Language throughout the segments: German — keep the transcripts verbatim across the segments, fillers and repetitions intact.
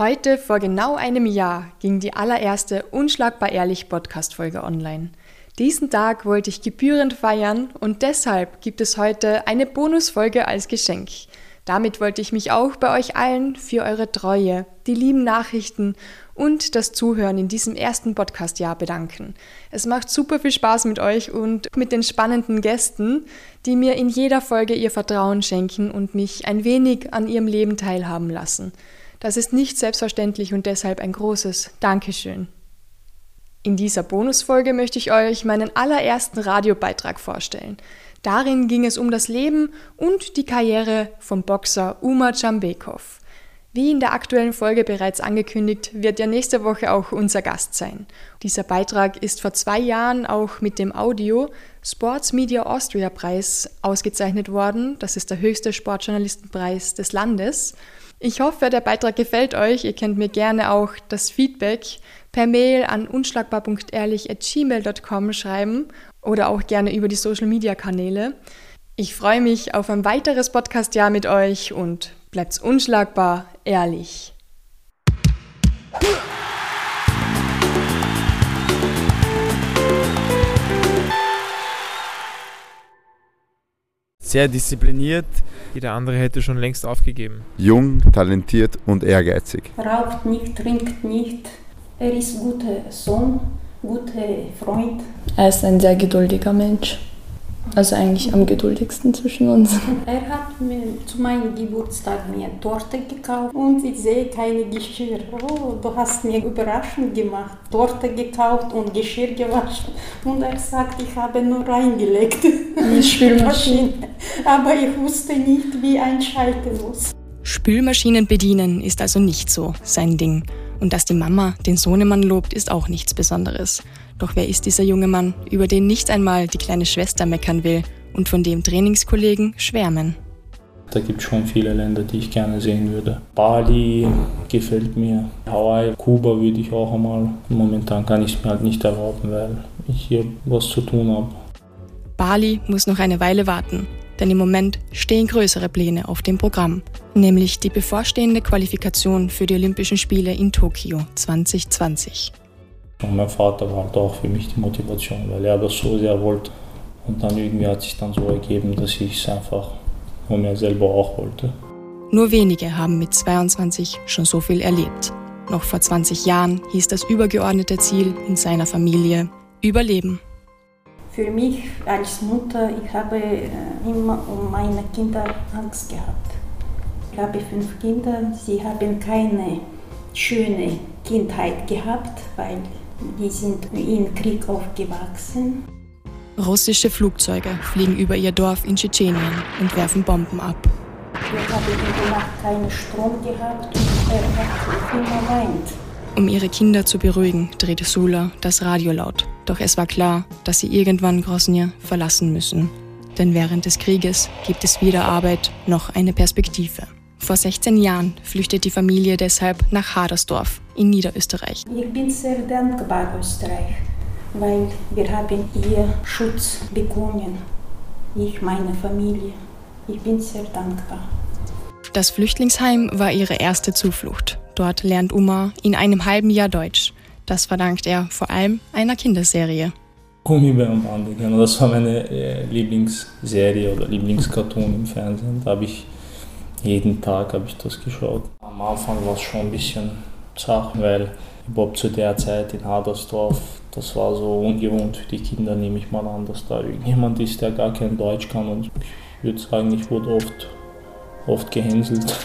Heute, vor genau einem Jahr, ging die allererste Unschlagbar Ehrlich Podcast-Folge online. Diesen Tag wollte ich gebührend feiern und deshalb gibt es heute eine Bonusfolge als Geschenk. Damit wollte ich mich auch bei euch allen für eure Treue, die lieben Nachrichten und das Zuhören in diesem ersten Podcast-Jahr bedanken. Es macht super viel Spaß mit euch und mit den spannenden Gästen, die mir in jeder Folge ihr Vertrauen schenken und mich ein wenig an ihrem Leben teilhaben lassen. Das ist nicht selbstverständlich und deshalb ein großes Dankeschön. In dieser Bonusfolge möchte ich euch meinen allerersten Radiobeitrag vorstellen. Darin ging es um das Leben und die Karriere vom Boxer Umar Jambekov. Wie in der aktuellen Folge bereits angekündigt, wird er nächste Woche auch unser Gast sein. Dieser Beitrag ist vor zwei Jahren auch mit dem Audio Sports Media Austria Preis ausgezeichnet worden. Das ist der höchste Sportjournalistenpreis des Landes. Ich hoffe, der Beitrag gefällt euch. Ihr könnt mir gerne auch das Feedback per Mail an unschlagbar punkt ehrlich at gmail punkt com schreiben oder auch gerne über die Social-Media-Kanäle. Ich freue mich auf ein weiteres Podcast-Jahr mit euch und bleibt's unschlagbar ehrlich. Sehr diszipliniert, jeder andere hätte schon längst aufgegeben. Jung, talentiert und ehrgeizig. Raucht nicht, trinkt nicht. Er ist ein guter Sohn, guter Freund. Er ist ein sehr geduldiger Mensch. Also eigentlich am geduldigsten zwischen uns. Er hat mir zu meinem Geburtstag mir eine Torte gekauft und ich sehe keine Geschirr. Oh, du hast mir überraschend gemacht. Torte gekauft und Geschirr gewaschen. Und er sagt, ich habe nur reingelegt. Die Spülmaschine. Aber ich wusste nicht, wie einschalten muss. Spülmaschinen bedienen ist also nicht so sein Ding. Und dass die Mama den Sohnemann lobt, ist auch nichts Besonderes. Doch wer ist dieser junge Mann, über den nicht einmal die kleine Schwester meckern will und von dem Trainingskollegen schwärmen? Da gibt es schon viele Länder, die ich gerne sehen würde. Bali gefällt mir, Hawaii, Kuba würde ich auch einmal. Momentan kann ich es mir halt nicht erlauben, weil ich hier was zu tun habe. Bali muss noch eine Weile warten, denn im Moment stehen größere Pläne auf dem Programm, nämlich die bevorstehende Qualifikation für die Olympischen Spiele in Tokio zwanzig zwanzig. Und mein Vater war halt auch für mich die Motivation, weil er das so sehr wollte. Und dann irgendwie hat sich dann so ergeben, dass ich es einfach von mir selber auch wollte. Nur wenige haben mit zweiundzwanzig schon so viel erlebt. Noch vor zwanzig Jahren hieß das übergeordnete Ziel in seiner Familie Überleben. Für mich als Mutter, ich habe immer um meine Kinder Angst gehabt. Ich habe fünf Kinder, sie haben keine schöne Kindheit gehabt, weil die sind im Krieg aufgewachsen. Russische Flugzeuge fliegen über ihr Dorf in Tschetschenien und werfen Bomben ab. Wir haben in der Nacht keinen Strom gehabt und er hat immer weint. Um ihre Kinder zu beruhigen, drehte Sula das Radio laut. Doch es war klar, dass sie irgendwann Grosnja verlassen müssen. Denn während des Krieges gibt es weder Arbeit noch eine Perspektive. Vor sechzehn Jahren flüchtet die Familie deshalb nach Hadersdorf in Niederösterreich. Ich bin sehr dankbar Österreich, weil wir haben hier Schutz bekommen. Ich, meine Familie. Ich bin sehr dankbar. Das Flüchtlingsheim war ihre erste Zuflucht. Dort lernt Umar in einem halben Jahr Deutsch. Das verdankt er vor allem einer Kinderserie. Gummibärenbande, genau. Das war meine äh, Lieblingsserie oder Lieblingscartoon im Fernsehen. Da habe ich jeden Tag habe ich das geschaut. Am Anfang war es schon ein bisschen zart, weil überhaupt zu der Zeit in Hadersdorf, das war so ungewohnt für die Kinder, nehme ich mal an, dass da irgendjemand ist, der gar kein Deutsch kann. Und ich würde sagen, ich wurde oft, oft gehänselt.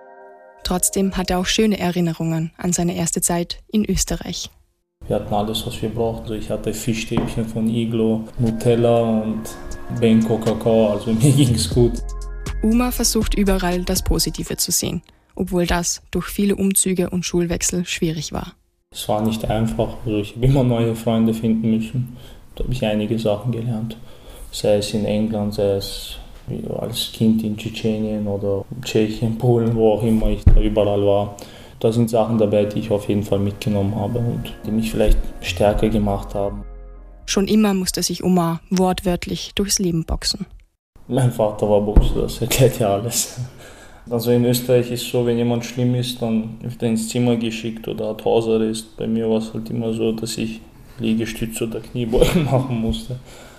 Trotzdem hat er auch schöne Erinnerungen an seine erste Zeit in Österreich. Wir hatten alles, was wir brauchten. Also ich hatte Fischstäbchen von Iglo, Nutella und Benko Kakao, also mir ging es gut. Umar versucht überall das Positive zu sehen, obwohl das durch viele Umzüge und Schulwechsel schwierig war. Es war nicht einfach, also ich habe immer neue Freunde finden müssen. Da habe ich einige Sachen gelernt, sei es in England, sei es als Kind in Tschetschenien oder Tschechien, Polen, wo auch immer ich da überall war. Da sind Sachen dabei, die ich auf jeden Fall mitgenommen habe und die mich vielleicht stärker gemacht haben. Schon immer musste sich Umar wortwörtlich durchs Leben boxen. Mein Vater war Boxer, das erklärt ja alles. Also in Österreich ist es so, wenn jemand schlimm ist, dann wird er ins Zimmer geschickt oder hat Hausarrest. Bei mir war es halt immer so, dass ich Liegestütze oder Kniebeugen machen musste.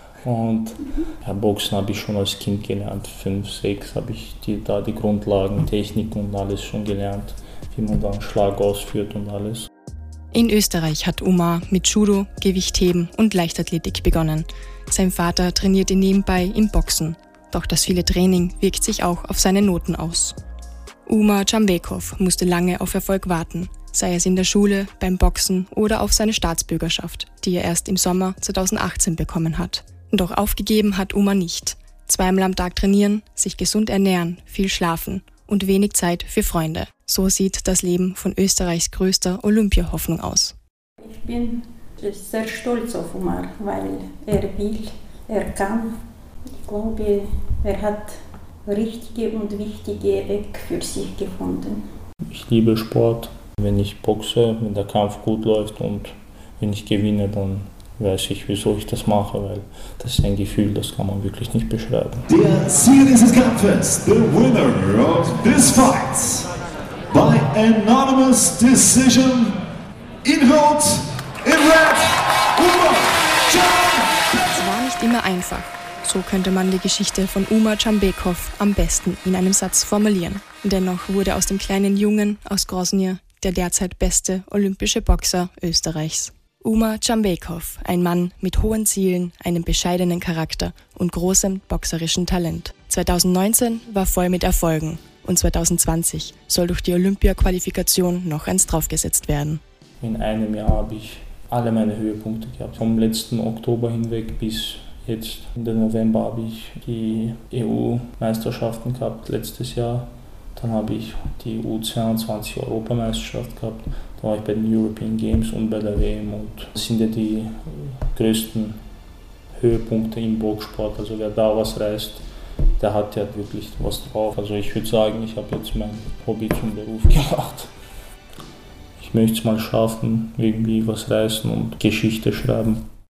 Und ja, Boxen habe ich schon als Kind gelernt. Fünf, sechs habe ich die, da die Grundlagen, Technik und alles schon gelernt, wie man da einen Schlag ausführt und alles. In Österreich hat Umar mit Judo, Gewichtheben und Leichtathletik begonnen. Sein Vater trainiert ihn nebenbei im Boxen. Doch das viele Training wirkt sich auch auf seine Noten aus. Umar Jambekov musste lange auf Erfolg warten, sei es in der Schule, beim Boxen oder auf seine Staatsbürgerschaft, die er erst im Sommer zweitausendachtzehn bekommen hat. Doch aufgegeben hat Umar nicht. Zweimal am Tag trainieren, sich gesund ernähren, viel schlafen und wenig Zeit für Freunde. So sieht das Leben von Österreichs größter Olympia-Hoffnung aus. Ich bin sehr stolz auf Umar, weil er will, er kann. Ich glaube, er hat richtige und wichtige Weg für sich gefunden. Ich liebe Sport. Wenn ich boxe, wenn der Kampf gut läuft und wenn ich gewinne, dann weiß ich, wieso ich das mache, weil das ist ein Gefühl, das kann man wirklich nicht beschreiben. Der Sieger dieses Kampfes, the winner of this fight, by anonymous decision, in Rot, in Red, Umar Jambekov. Es war nicht immer einfach. So könnte man die Geschichte von Umar Jambekov am besten in einem Satz formulieren. Dennoch wurde aus dem kleinen Jungen aus Grozny der derzeit beste olympische Boxer Österreichs. Umar Jambekov, ein Mann mit hohen Zielen, einem bescheidenen Charakter und großem boxerischen Talent. zweitausendneunzehn war voll mit Erfolgen und zweitausendzwanzig soll durch die Olympia-Qualifikation noch eins draufgesetzt werden. In einem Jahr habe ich alle meine Höhepunkte gehabt. Vom letzten Oktober hinweg bis jetzt in den November habe ich die E U-Meisterschaften gehabt letztes Jahr. Dann habe ich die U zweiundzwanzig Europameisterschaft gehabt. Da war ich bei den European Games und bei der W M. Und das sind ja die größten Höhepunkte im Boxsport. Also wer da was reißt, der hat ja wirklich was drauf. Also ich würde sagen, ich habe jetzt mein Hobby zum Beruf gemacht. Ich möchte es mal schaffen, irgendwie was reißen und Geschichte schreiben.